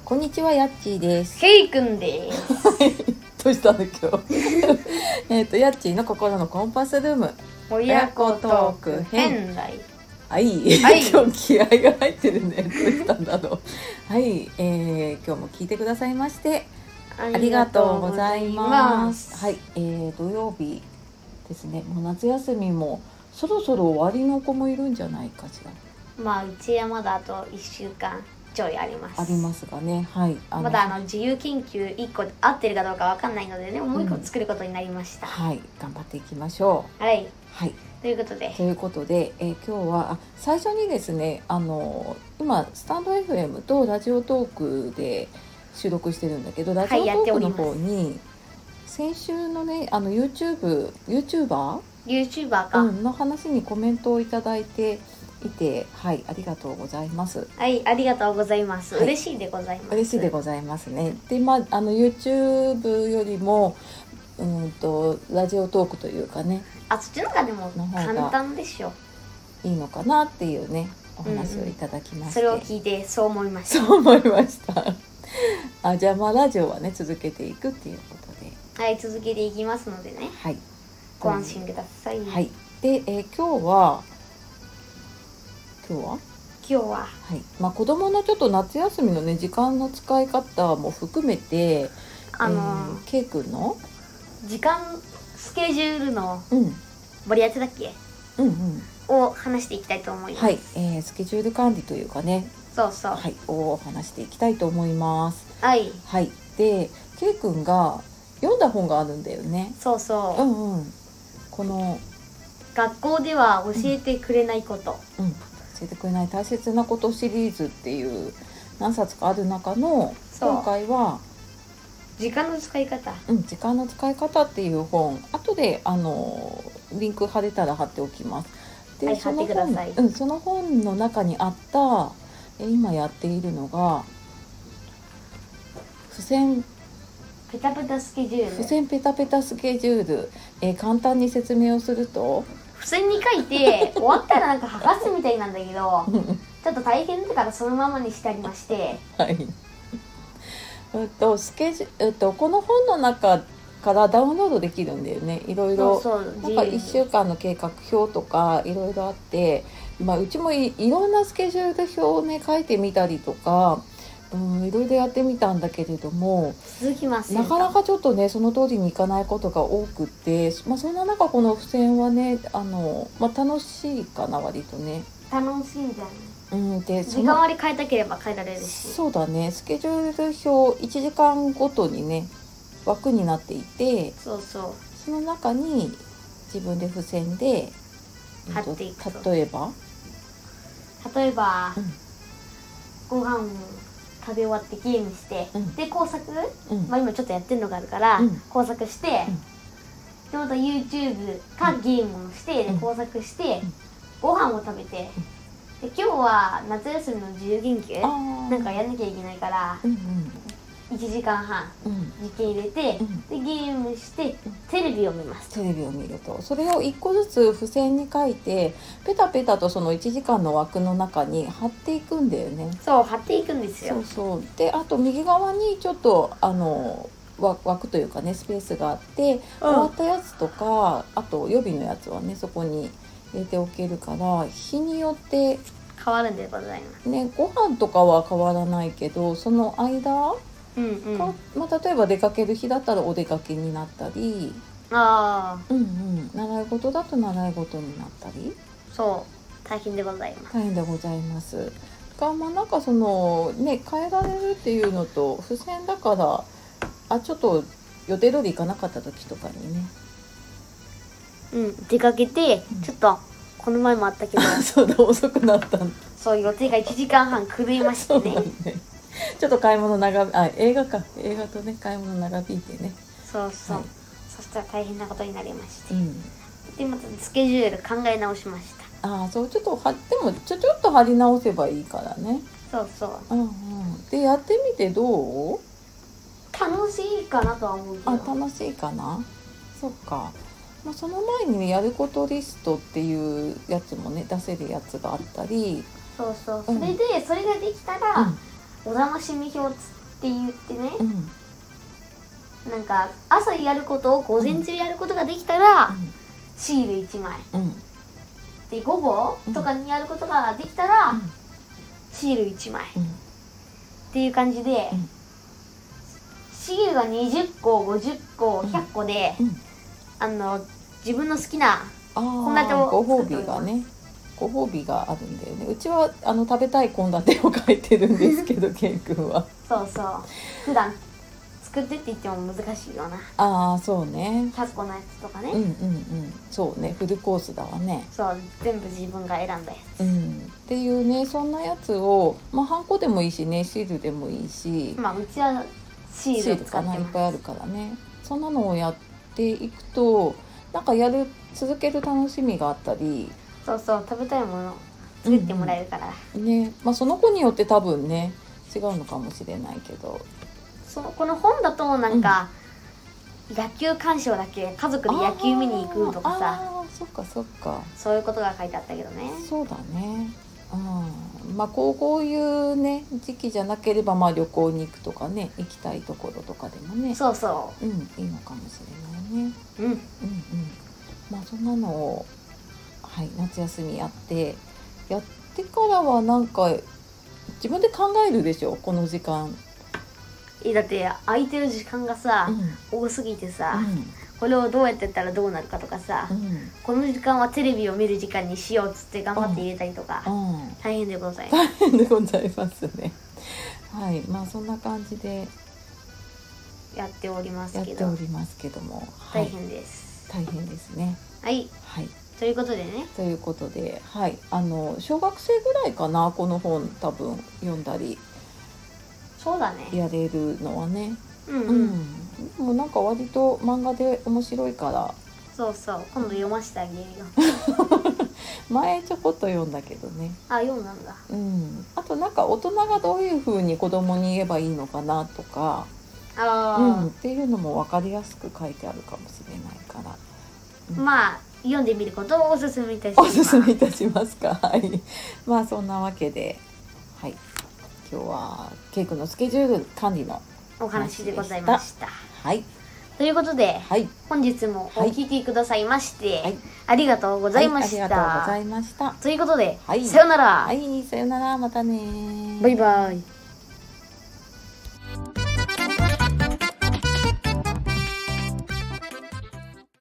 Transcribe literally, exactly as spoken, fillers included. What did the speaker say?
こんにちは、やっちーです。 ケイくんです。 どうしたんだ今日えっとやっちーの心のコンパスルーム親子トーク編来。 はい、はい、今日気合が入ってるね。どうしたんだろうはい、えー、今日も聞いてくださいましてありがとうございます。はい、えー、土曜日ですね。もう夏休みもそろそろ終わりの子もいるんじゃないかしら。 まあうちはまだあといっしゅうかんちょいありますありますがね。はい、 あまだあの自由研究いっこ合ってるかどうかわかんないのでね、もういっこ作ることになりました、 うん、はい頑張っていきましょう。はい、 はい、 ということでということで、えー、今日はあ最初にですね、あの今スタンド エフエム とラジオトークで収録してるんだけど、ラジオトークの方に、はい、先週のねあの YouTube YouTuber YouTuber か、 うん、の話にコメントをいただいていて、はいありがとうございます。 はいありがとうございます、はい、嬉しいでございます。 嬉しいでございますね。でまああの YouTube よりもうんとラジオトークというかね、 あそっちの方がでも簡単でしょ、 いいのかなっていうねお話をいただきまして、 うんうん、それを聞いてそう思いました。 そう思いましたあじゃあまあラジオはね続けていくっていうことで、 はい続けていきますのでね、 はいご安心ください。 はいで、えー、今日は今日は今日は、 はいまあ、子どものちょっと夏休みのね時間の使い方も含めてあのー、 K 君の時間スケジュールの割り当てだっけ、 うんうんを話していきたいと思います。 はい、えー、スケジュール管理というかね、 そうそう、 はい、を話していきたいと思います。 はいはいで K 君が読んだ本があるんだよね。 そうそう、 うんうんこの学校では教えてくれないこと、 うん、うん、教えてくれない大切なことシリーズっていう何冊かある中の今回は時間の使い方、 うん、時間の使い方っていう本、後であのリンク貼れたら貼っておきます。で、 はい、 その貼ってください。 本、うん、その本の中にあったえ今やっているのが付箋ペタペタスケジュール、 付箋ペタペタスケジュール、えー、簡単に説明をすると、 付箋に書いて終わったらなんか剥がすみたいなんだけどちょっと大変だからそのままにしてありまして、 はいえっとスケジュ、えっと、この本の中からダウンロードできるんだよね。いろいろなんかいっしゅうかんの計画表とかいろいろあって、まあ、うちも い, いろんなスケジュール表をね書いてみたりとか、うん、いろいろやってみたんだけれども続きませんか。 なかなかちょっとねその通りにいかないことが多くて、まあ、そんな中この付箋はねあの、まあ、楽しいかな割とね。 楽しいんじゃない。 うん、で時間割変えたければ変えられるし。 そうだね、スケジュール表いちじかんごとにね枠になっていて、 そうそう、 その中に自分で付箋で貼っていくと、 例えば例えば、 うん、 ご飯を食べ終わってゲームして、うん、で工作、 うんまあ、今ちょっとやってるのがあるから、うん、工作して、うん、でまた YouTube かゲームをして、うん、で工作して、うん、ご飯を食べて、うん、で今日は夏休みの自由研究なんかやんなきゃいけないから、うんうん、いちじかんはん、うん、時間入れて、うん、でゲームしてテレビを見ます。 テレビを見るとそれをいっこずつ付箋に書いてペタペタとそのいちじかんの枠の中に貼っていくんだよね。 そう貼っていくんですよ。 そうそうであと右側にちょっとあの枠というかねスペースがあって、うん、終わったやつとかあと予備のやつはねそこに入れておけるから日によって変わるんでございますね。ご飯とかは変わらないけどその間うんうんまあ、例えば出かける日だったらお出かけになったり、 あうんうん、習い事だと習い事になったり、 そう大変でございます。 大変でございますが、まあ、なんかそのね変えられるっていうのと付箋だからあちょっと予定通り行かなかった時とかにね、 うん出かけて、うん、ちょっとこの前もあったけどそうだ遅くなったんそう予定がいちじかんはん狂いましてねちょっと買い物長あ映画か映画とね買い物長引いてね。 そうそう、はい、そしたら大変なことになりまして、 うん、 でまたスケジュール考え直しました。 ああそうちょっとはでもちょちょっと貼り直せばいいからね。 そうそう、 うんうん、でやってみてどう？ 楽しいかなとは思うけど。 あ楽しいかな。そっか、まあ、その前にねやることリストっていうやつもね出せるやつがあったり。 そうそう、それで、うん、それができたら、うんお楽しみ表って言ってね、 うん、 なんか朝やることを午前中やることができたら、うん、シールいちまい、うん、で午後とかにやることができたら、うん、シールいちまい、うん、っていう感じで、うん、シールがにじゅっこごじゅっこひゃっこで、うん、あの自分の好きな献立をご褒美がねご褒美があるんだよね。うちはあの食べたい献立を書いてるんですけどケン君はそうそう普段作ってって言っても難しいよな。 ああそうね、 ひゃっこのやつとかね。 うんうんうんそうね、フルコースだわね。 そう全部自分が選んだやつ、 うん、っていうね、そんなやつをまあハンコでもいいしね、シールでもいいし、 まあうちはシールを使ってます。シールかないっぱいあるからね。そんなのをやっていくとなんかやる続ける楽しみがあったり、 そうそう食べたいもの作ってもらえるから、 うん、ね、まあその子によって多分ね違うのかもしれないけど、 そのこの本だとなんか、うん、野球鑑賞だけ家族で野球見に行くとかさ、 ああそっかそっか、 そういうことが書いてあったけどね。 そうだね、うん、まあこう、こういうね時期じゃなければまあ旅行に行くとかね、行きたいところとかでもね、 そうそう、 うん、いいのかもしれないね。うんうんうん、まあそんなのをはい、夏休みやってやってからはなんか自分で考えるでしょ、この時間。 えだって空いてる時間がさ、うん、多すぎてさ、うん、これをどうやってやったらどうなるかとかさ、うん、この時間はテレビを見る時間にしようっつって頑張って入れたりとか、うん、大変でございます。 大変でございますね。はい、まあそんな感じでやっておりますけど、 やっておりますけども、 大変です、 はい、大変ですね。 はい、 はい、 ということでね。 ということで、はい、あの小学生ぐらいかな、この本多分読んだり。 そうだね。 やれるのはね。 うんうん。うん、 でもなんか割と漫画で面白いから。 そうそう。今度読ませてあげるよ。 前ちょこっと読んだけどね。 あ、読んだんだ。 うん。あとなんか大人がどういう風に子供に言えばいいのかなとか。 ああ、 うん。っていうのも分かりやすく書いてあるかもしれないから。 うん、まあ。読んでみることをおすすめいたします。 おすすめいたしますか。はい。まあそんなわけで、はい。今日はケイ君のスケジュール管理のお話でございました。 はい。 ということで、 はい、 本日もお聞きくださいまして、はい、ありがとうございました。 はい、ありがとうございました。 ということで、 はい、 さよなら。 はい、さよなら、またね。 バイバイ。